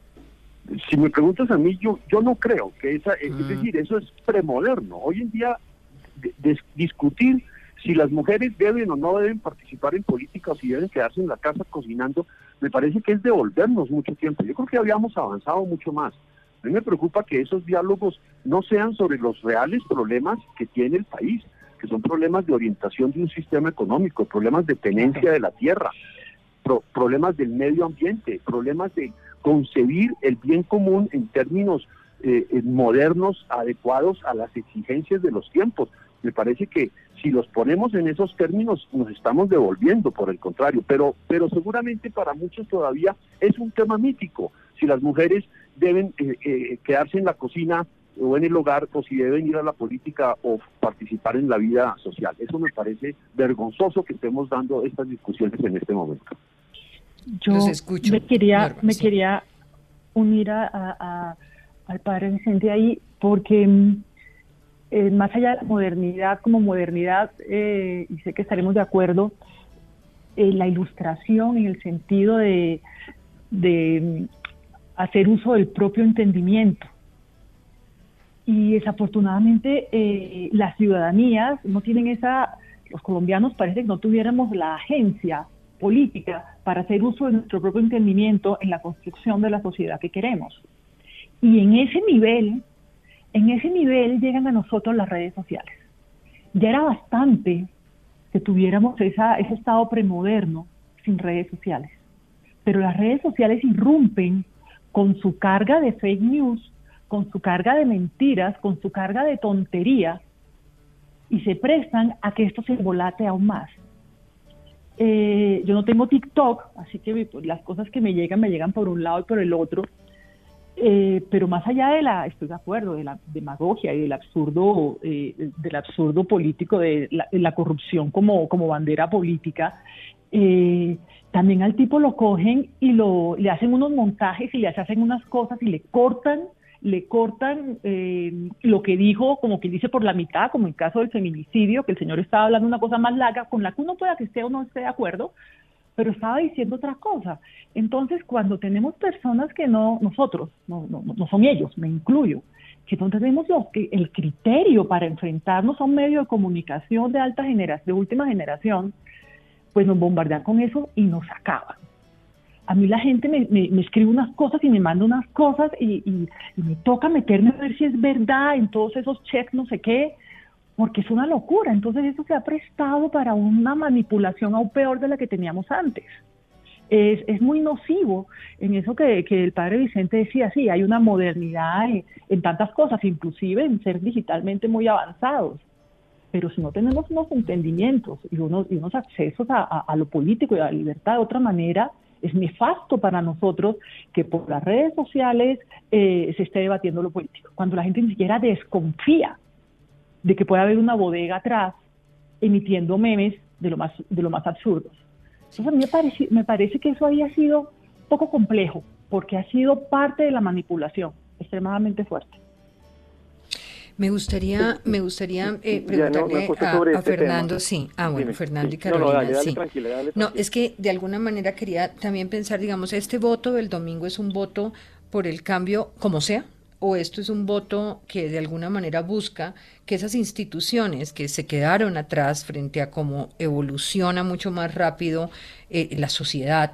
Si me preguntas a mí, yo no creo que es decir, eso es premoderno. Hoy en día discutir Si las mujeres deben o no deben participar en política o si deben quedarse en la casa cocinando, me parece que es devolvernos mucho tiempo. Yo creo que habíamos avanzado mucho más. A mí me preocupa que esos diálogos no sean sobre los reales problemas que tiene el país, que son problemas de orientación de un sistema económico, problemas de tenencia de la tierra, problemas del medio ambiente, problemas de concebir el bien común en términos modernos, adecuados a las exigencias de los tiempos. Me parece que si los ponemos en esos términos nos estamos devolviendo, por el contrario, pero seguramente para muchos todavía es un tema mítico, si las mujeres deben quedarse en la cocina o en el hogar, o si deben ir a la política o participar en la vida social. Eso me parece vergonzoso que estemos dando estas discusiones en este momento. Yo me quería unir al padre Vicente ahí, porque más allá de la modernidad como modernidad, y sé que estaremos de acuerdo, la ilustración en el sentido de hacer uso del propio entendimiento. Y desafortunadamente las ciudadanías no tienen los colombianos parece que no tuviéramos la agencia política para hacer uso de nuestro propio entendimiento en la construcción de la sociedad que queremos. Y en ese nivel llegan a nosotros las redes sociales. Ya era bastante que tuviéramos ese estado premoderno sin redes sociales. Pero las redes sociales irrumpen con su carga de fake news, con su carga de mentiras, con su carga de tontería, y se prestan a que esto se embolate aún más. Yo no tengo TikTok, así que las cosas que me llegan por un lado y por el otro, pero más allá estoy de acuerdo, de la demagogia y del absurdo político, de la corrupción como bandera política, también al tipo lo cogen y le hacen unos montajes y le hacen unas cosas y le cortan lo que dijo, como que dice por la mitad, como en el caso del feminicidio, que el señor estaba hablando una cosa más larga, con la que uno pueda que esté o no esté de acuerdo, pero estaba diciendo otra cosa. Entonces, cuando tenemos personas que nosotros, no son ellos, me incluyo, que no tenemos el criterio para enfrentarnos a un medio de comunicación de última generación, pues nos bombardean con eso y nos acaban. A mí la gente me escribe unas cosas y me manda unas cosas y me toca meterme a ver si es verdad en todos esos checks, no sé qué, porque es una locura. Entonces eso se ha prestado para una manipulación aún peor de la que teníamos antes. Es muy nocivo en eso que el padre Vicente decía, sí, hay una modernidad en tantas cosas, inclusive en ser digitalmente muy avanzados. Pero si no tenemos unos entendimientos y unos accesos a lo político y a la libertad de otra manera, es nefasto para nosotros que por las redes sociales se esté debatiendo lo político, cuando la gente ni siquiera desconfía de que pueda haber una bodega atrás emitiendo memes de lo más absurdos. Entonces a mí me parece que eso había sido poco complejo, porque ha sido parte de la manipulación extremadamente fuerte. Me gustaría preguntarle a Fernando, tema. Sí. Bueno, dime, Fernando y Carolina, dale, sí. Tranquila. No, es que de alguna manera quería también pensar, digamos, este voto del domingo es un voto por el cambio, como sea, o esto es un voto que de alguna manera busca que esas instituciones que se quedaron atrás frente a cómo evoluciona mucho más rápido la sociedad,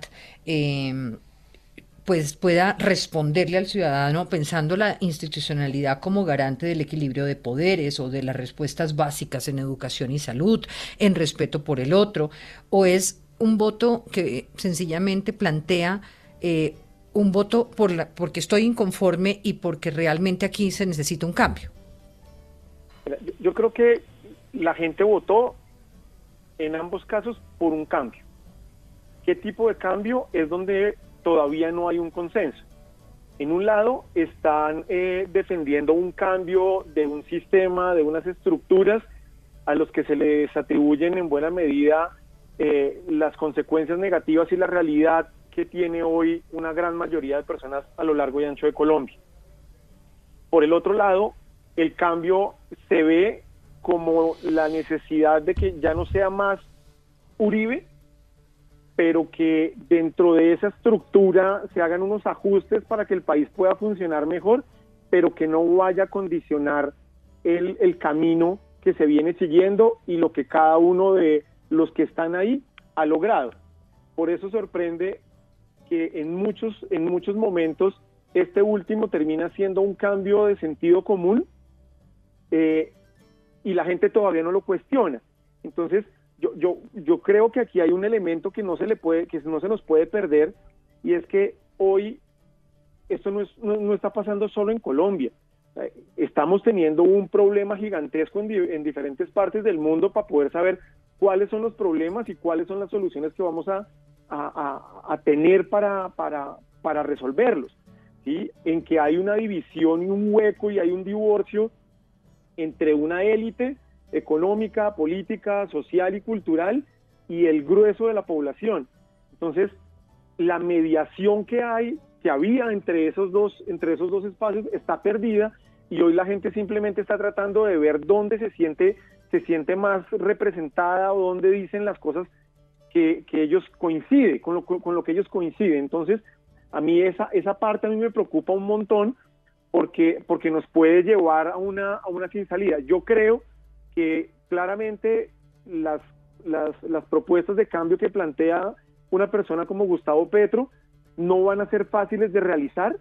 pues pueda responderle al ciudadano pensando la institucionalidad como garante del equilibrio de poderes o de las respuestas básicas en educación y salud, en respeto por el otro, o es un voto que sencillamente plantea un voto porque estoy inconforme y porque realmente aquí se necesita un cambio. Yo creo que la gente votó en ambos casos por un cambio. ¿Qué tipo de cambio? Es donde todavía no hay un consenso. En un lado están defendiendo un cambio de un sistema, de unas estructuras a los que se les atribuyen en buena medida las consecuencias negativas y la realidad que tiene hoy una gran mayoría de personas a lo largo y ancho de Colombia. Por el otro lado, el cambio se ve como la necesidad de que ya no sea más Uribe, pero que dentro de esa estructura se hagan unos ajustes para que el país pueda funcionar mejor, pero que no vaya a condicionar el camino que se viene siguiendo y lo que cada uno de los que están ahí ha logrado. Por eso sorprende que en muchos momentos este último termina siendo un cambio de sentido común y la gente todavía no lo cuestiona. Entonces, yo creo que aquí hay un elemento que no se nos puede perder, y es que hoy esto no está pasando solo en Colombia. Estamos teniendo un problema gigantesco en diferentes partes del mundo para poder saber cuáles son los problemas y cuáles son las soluciones que vamos a tener para resolverlos, ¿sí? En que hay una división y un hueco y hay un divorcio entre una élite económica, política, social y cultural y el grueso de la población. Entonces, la mediación que había entre esos dos espacios está perdida, y hoy la gente simplemente está tratando de ver dónde se siente más representada o dónde dicen las cosas que ellos coinciden, con lo que ellos coinciden. Entonces, a mí esa parte a mí me preocupa un montón, porque nos puede llevar a una sin salida. Yo creo que claramente las propuestas de cambio que plantea una persona como Gustavo Petro no van a ser fáciles de realizar,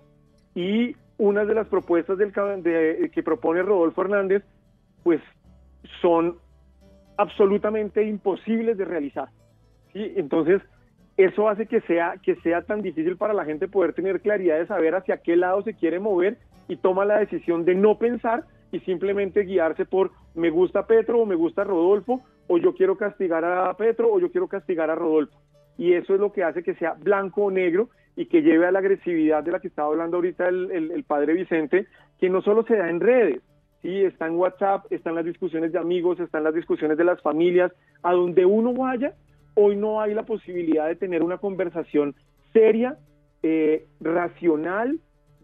y una de las propuestas que propone Rodolfo Hernández pues son absolutamente imposibles de realizar, ¿sí? Entonces eso hace que sea tan difícil para la gente poder tener claridad de saber hacia qué lado se quiere mover, y toma la decisión de no pensar y simplemente guiarse por me gusta Petro o me gusta Rodolfo, o yo quiero castigar a Petro o yo quiero castigar a Rodolfo. Y eso es lo que hace que sea blanco o negro, y que lleve a la agresividad de la que estaba hablando ahorita el padre Vicente, que no solo se da en redes, ¿sí? Está en WhatsApp, están las discusiones de amigos, están las discusiones de las familias. A donde uno vaya, hoy no hay la posibilidad de tener una conversación seria, racional,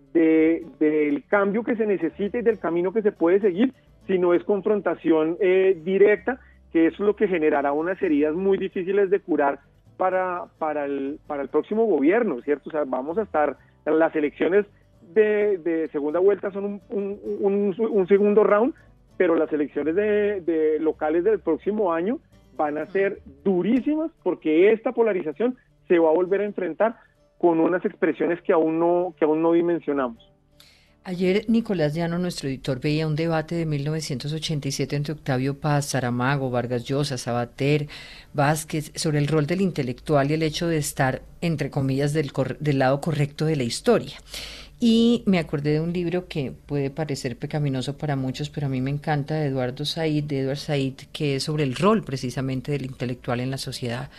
del cambio que se necesita y del camino que se puede seguir, si no es confrontación directa, que eso es lo que generará unas heridas muy difíciles de curar para el próximo gobierno, ¿cierto? O sea, vamos a estar, las elecciones de segunda vuelta son un segundo round, pero las elecciones de locales del próximo año van a ser durísimas, porque esta polarización se va a volver a enfrentar con unas expresiones que aún no dimensionamos. Ayer Nicolás Llano, nuestro editor, veía un debate de 1987 entre Octavio Paz, Saramago, Vargas Llosa, Sabater, Vázquez, sobre el rol del intelectual y el hecho de estar, entre comillas, del lado correcto de la historia. Y me acordé de un libro que puede parecer pecaminoso para muchos, pero a mí me encanta, de Edward Said, que es sobre el rol precisamente del intelectual en la sociedad.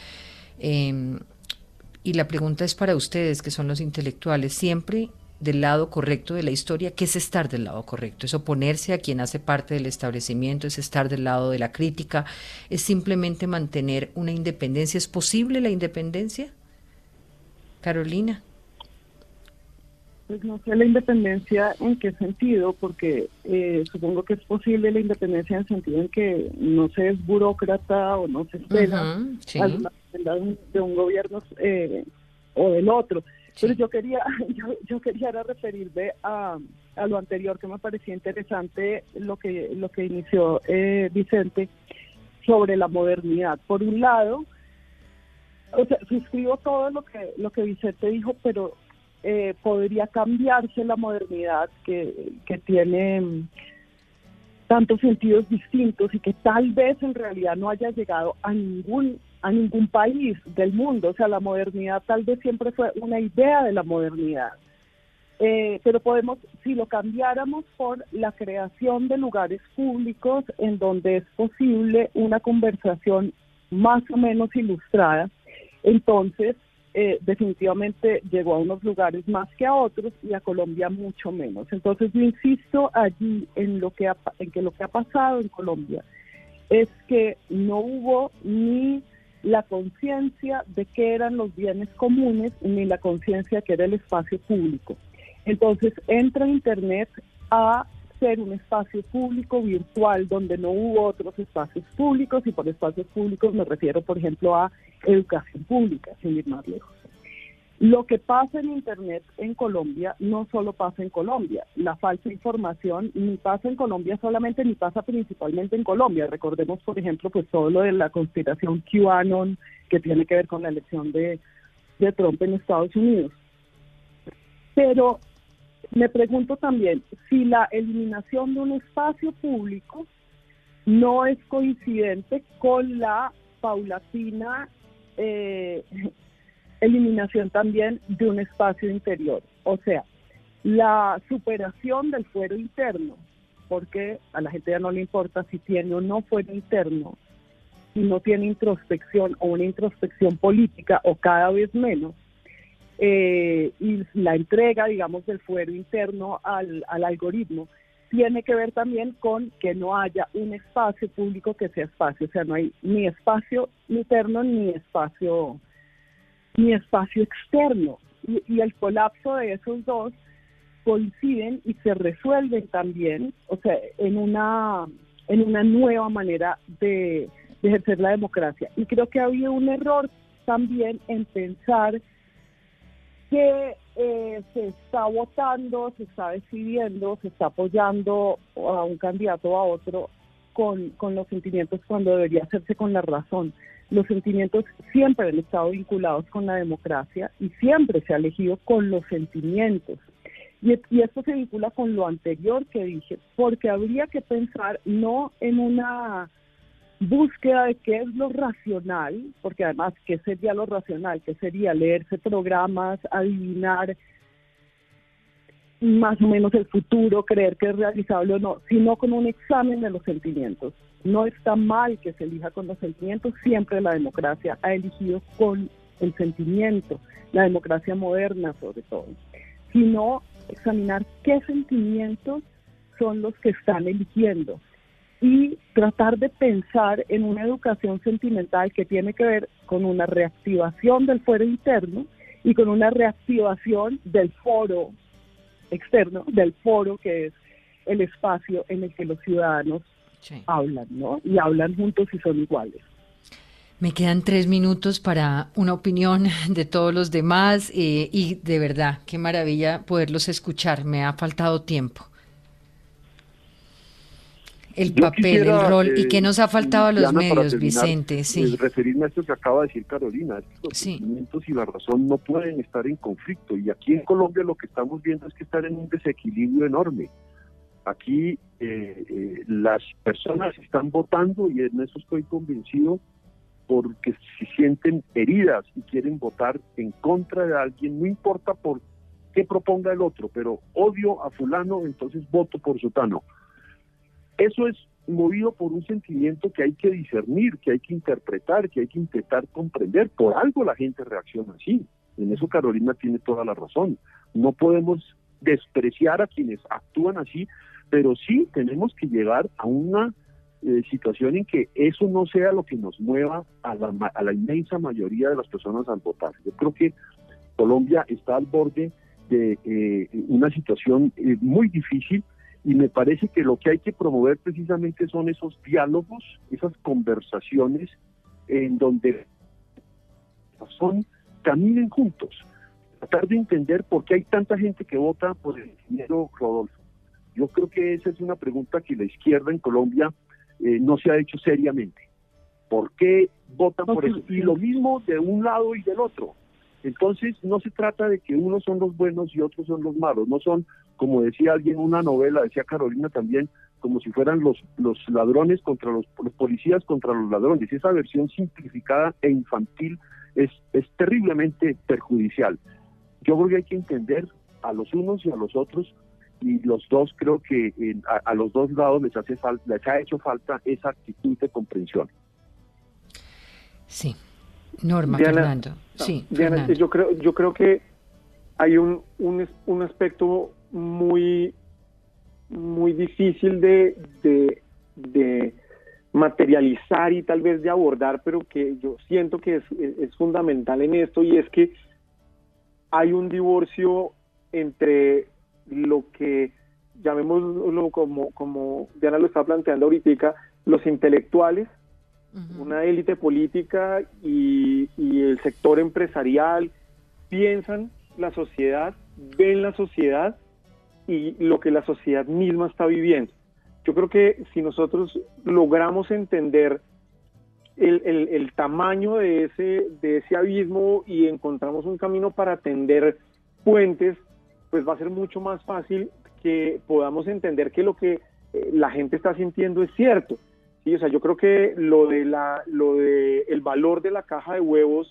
Y la pregunta es para ustedes, que son los intelectuales, siempre del lado correcto de la historia. ¿Qué es estar del lado correcto? ¿Es oponerse a quien hace parte del establecimiento? ¿Es estar del lado de la crítica? ¿Es simplemente mantener una independencia? ¿Es posible la independencia? Carolina. Pues no sé la independencia en qué sentido, porque supongo que es posible la independencia en el sentido en que no se es burócrata o no se espera sí, a la agenda de un gobierno o del otro. Sí. Pero yo quería ahora referirme a lo anterior, que me parecía interesante lo que inició Vicente sobre la modernidad. Por un lado, o sea, suscribo todo lo que Vicente dijo, pero podría cambiarse la modernidad que tiene tantos sentidos distintos, y que tal vez en realidad no haya llegado a ningún país del mundo. O sea, la modernidad tal vez siempre fue una idea de la modernidad, pero podemos, si lo cambiáramos por la creación de lugares públicos en donde es posible una conversación más o menos ilustrada, entonces definitivamente llegó a unos lugares más que a otros, y a Colombia mucho menos. Entonces yo insisto allí en que lo que ha pasado en Colombia es que no hubo ni la conciencia de qué eran los bienes comunes, ni la conciencia que era el espacio público. Entonces entra Internet a ser un espacio público virtual donde no hubo otros espacios públicos, y por espacios públicos me refiero, por ejemplo, a educación pública, sin ir más lejos. Lo que pasa en Internet en Colombia no solo pasa en Colombia. La falsa información ni pasa en Colombia solamente, ni pasa principalmente en Colombia. Recordemos, por ejemplo, pues todo lo de la conspiración QAnon que tiene que ver con la elección de Trump en Estados Unidos. Pero me pregunto también si la eliminación de un espacio público no es coincidente con la paulatina eliminación también de un espacio interior. O sea, la superación del fuero interno, porque a la gente ya no le importa si tiene o no fuero interno, si no tiene introspección o una introspección política o cada vez menos, y la entrega, digamos, del fuero interno al algoritmo, tiene que ver también con que no haya un espacio público que sea espacio, o sea, no hay ni espacio interno ni espacio externo, y el colapso de esos dos coinciden y se resuelven también, o sea, en una nueva manera de ejercer la democracia. Y creo que ha habido un error también en pensar que se está votando, se está decidiendo, se está apoyando a un candidato o a otro con los sentimientos cuando debería hacerse con la razón. Los sentimientos siempre han estado vinculados con la democracia y siempre se ha elegido con los sentimientos. Y esto se vincula con lo anterior que dije, porque habría que pensar no en una búsqueda de qué es lo racional, porque además, ¿qué sería lo racional? ¿Qué sería leerse programas, adivinar más o menos el futuro, creer que es realizable o no, sino con un examen de los sentimientos? No está mal que se elija con los sentimientos, siempre la democracia ha elegido con el sentimiento, la democracia moderna sobre todo, sino examinar qué sentimientos son los que están eligiendo y tratar de pensar en una educación sentimental que tiene que ver con una reactivación del fuero interno y con una reactivación del foro externo, del foro que es el espacio en el que los ciudadanos hablan, ¿no? Y hablan juntos y son iguales. Me quedan 3 minutos para una opinión de todos los demás y de verdad, qué maravilla poderlos escuchar. Me ha faltado tiempo. El papel, el rol, y qué nos ha faltado a los medios, Vicente. Sí. Referirme a esto que acaba de decir Carolina, es que los sentimientos y la razón no pueden estar en conflicto, y aquí en Colombia lo que estamos viendo es que están en un desequilibrio enorme. Aquí las personas están votando, y en eso estoy convencido, porque se sienten heridas y quieren votar en contra de alguien, no importa por qué proponga el otro, pero odio a fulano, entonces voto por sutano. Eso es movido por un sentimiento que hay que discernir, que hay que interpretar, que hay que intentar comprender. Por algo la gente reacciona así. En eso Carolina tiene toda la razón. No podemos despreciar a quienes actúan así, pero sí tenemos que llegar a una situación en que eso no sea lo que nos mueva a la inmensa mayoría de las personas al votar. Yo creo que Colombia está al borde de una situación muy difícil, y me parece que lo que hay que promover precisamente son esos diálogos, esas conversaciones en donde caminen juntos, tratar de entender por qué hay tanta gente que vota por el ingeniero Rodolfo. Yo creo que esa es una pregunta que la izquierda en Colombia no se ha hecho seriamente. ¿Por qué votan por eso? Y lo mismo de un lado y del otro. Entonces no se trata de que unos son los buenos y otros son los malos, no son, como decía alguien en una novela, decía Carolina también, como si fueran los ladrones contra los policías contra los ladrones. Esa versión simplificada e infantil es terriblemente perjudicial. Yo creo que hay que entender a los unos y a los otros, y los dos, creo que a los dos lados les ha hecho falta esa actitud de comprensión. Sí. Norma, Diana, Fernando. Sí, Diana, Fernando. yo creo que hay un aspecto muy difícil de materializar y tal vez de abordar, pero que yo siento que es fundamental en esto, y es que hay un divorcio entre lo que llamémoslo como Diana lo está planteando ahorita, los intelectuales, una élite política y el sector empresarial piensan la sociedad, ven la sociedad y lo que la sociedad misma está viviendo. Yo creo que si nosotros logramos entender el tamaño de ese abismo y encontramos un camino para tender puentes, pues va a ser mucho más fácil que podamos entender que lo que la gente está sintiendo es cierto. ¿Sí? O sea, yo creo que lo de el valor de la caja de huevos,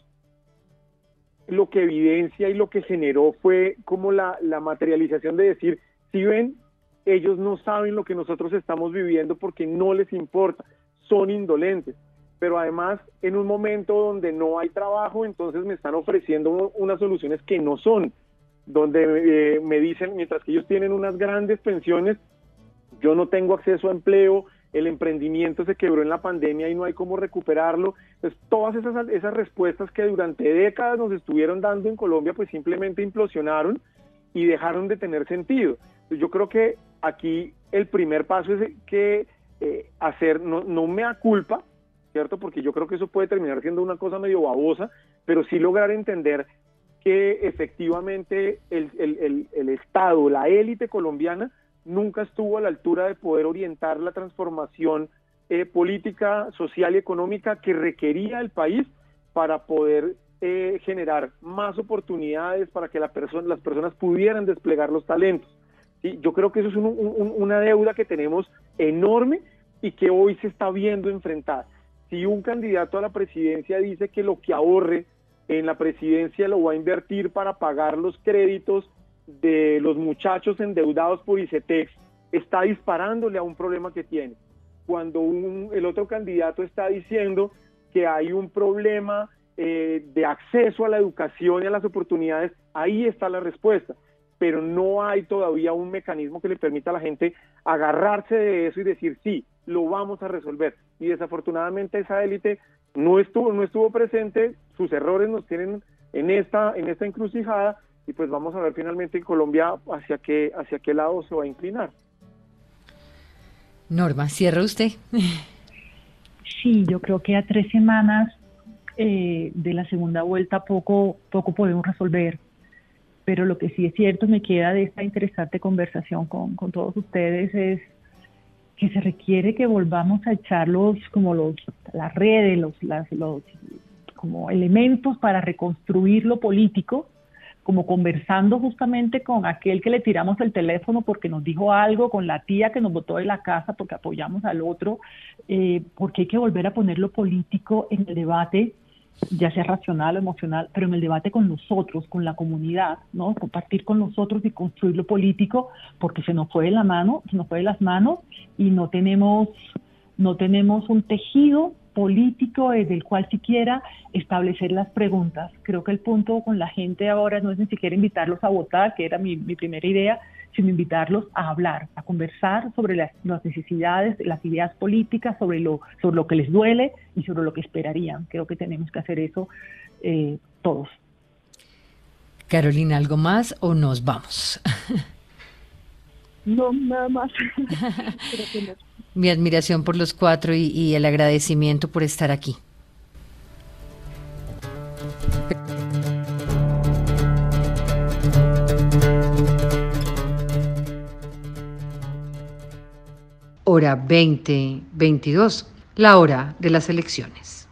lo que evidencia y lo que generó fue como la materialización de decir, si ven, ellos no saben lo que nosotros estamos viviendo porque no les importa, son indolentes. Pero además, en un momento donde no hay trabajo, entonces me están ofreciendo unas soluciones que no son, donde me dicen, mientras que ellos tienen unas grandes pensiones, yo no tengo acceso a empleo, el emprendimiento se quebró en la pandemia y no hay cómo recuperarlo. Entonces, todas esas respuestas que durante décadas nos estuvieron dando en Colombia, pues simplemente implosionaron y dejaron de tener sentido. Entonces, yo creo que aquí el primer paso es que hacer, no mea culpa, ¿cierto? Porque yo creo que eso puede terminar siendo una cosa medio babosa, pero sí lograr entender que efectivamente el Estado, la élite colombiana, nunca estuvo a la altura de poder orientar la transformación política, social y económica que requería el país para poder generar más oportunidades para que las personas pudieran desplegar los talentos. ¿Sí? Yo creo que eso es una deuda que tenemos enorme y que hoy se está viendo enfrentada. Si un candidato a la presidencia dice que lo que ahorre en la presidencia lo va a invertir para pagar los créditos de los muchachos endeudados por ICETEX, está disparándole a un problema que tiene. Cuando el otro candidato está diciendo que hay un problema de acceso a la educación y a las oportunidades, ahí está la respuesta. Pero no hay todavía un mecanismo que le permita a la gente agarrarse de eso y decir, sí, lo vamos a resolver. Y desafortunadamente esa élite no estuvo presente, sus errores nos tienen en esta encrucijada, y pues vamos a ver finalmente en Colombia hacia qué lado se va a inclinar. Norma, ¿cierra usted? Sí, yo creo que a 3 semanas de la segunda vuelta poco podemos resolver, pero lo que sí es cierto, me queda de esta interesante conversación con todos ustedes, es que se requiere que volvamos a echar las redes, los como elementos para reconstruir lo político, como conversando justamente con aquel que le tiramos el teléfono porque nos dijo algo, con la tía que nos botó de la casa porque apoyamos al otro, porque hay que volver a poner lo político en el debate, ya sea racional o emocional, pero en el debate con nosotros, con la comunidad, ¿no? Compartir con nosotros y construir lo político, porque se nos fue de las manos y no tenemos un tejido político desde el cual siquiera establecer las preguntas. Creo que el punto con la gente ahora no es ni siquiera invitarlos a votar, que era mi primera idea, sino invitarlos a hablar, a conversar sobre las necesidades, las ideas políticas, sobre lo que les duele y sobre lo que esperarían. Creo que tenemos que hacer eso todos. Carolina, ¿algo más o nos vamos? No, nada más. Mi admiración por los 4 y el agradecimiento por estar aquí. Hora 20:22, la hora de las elecciones.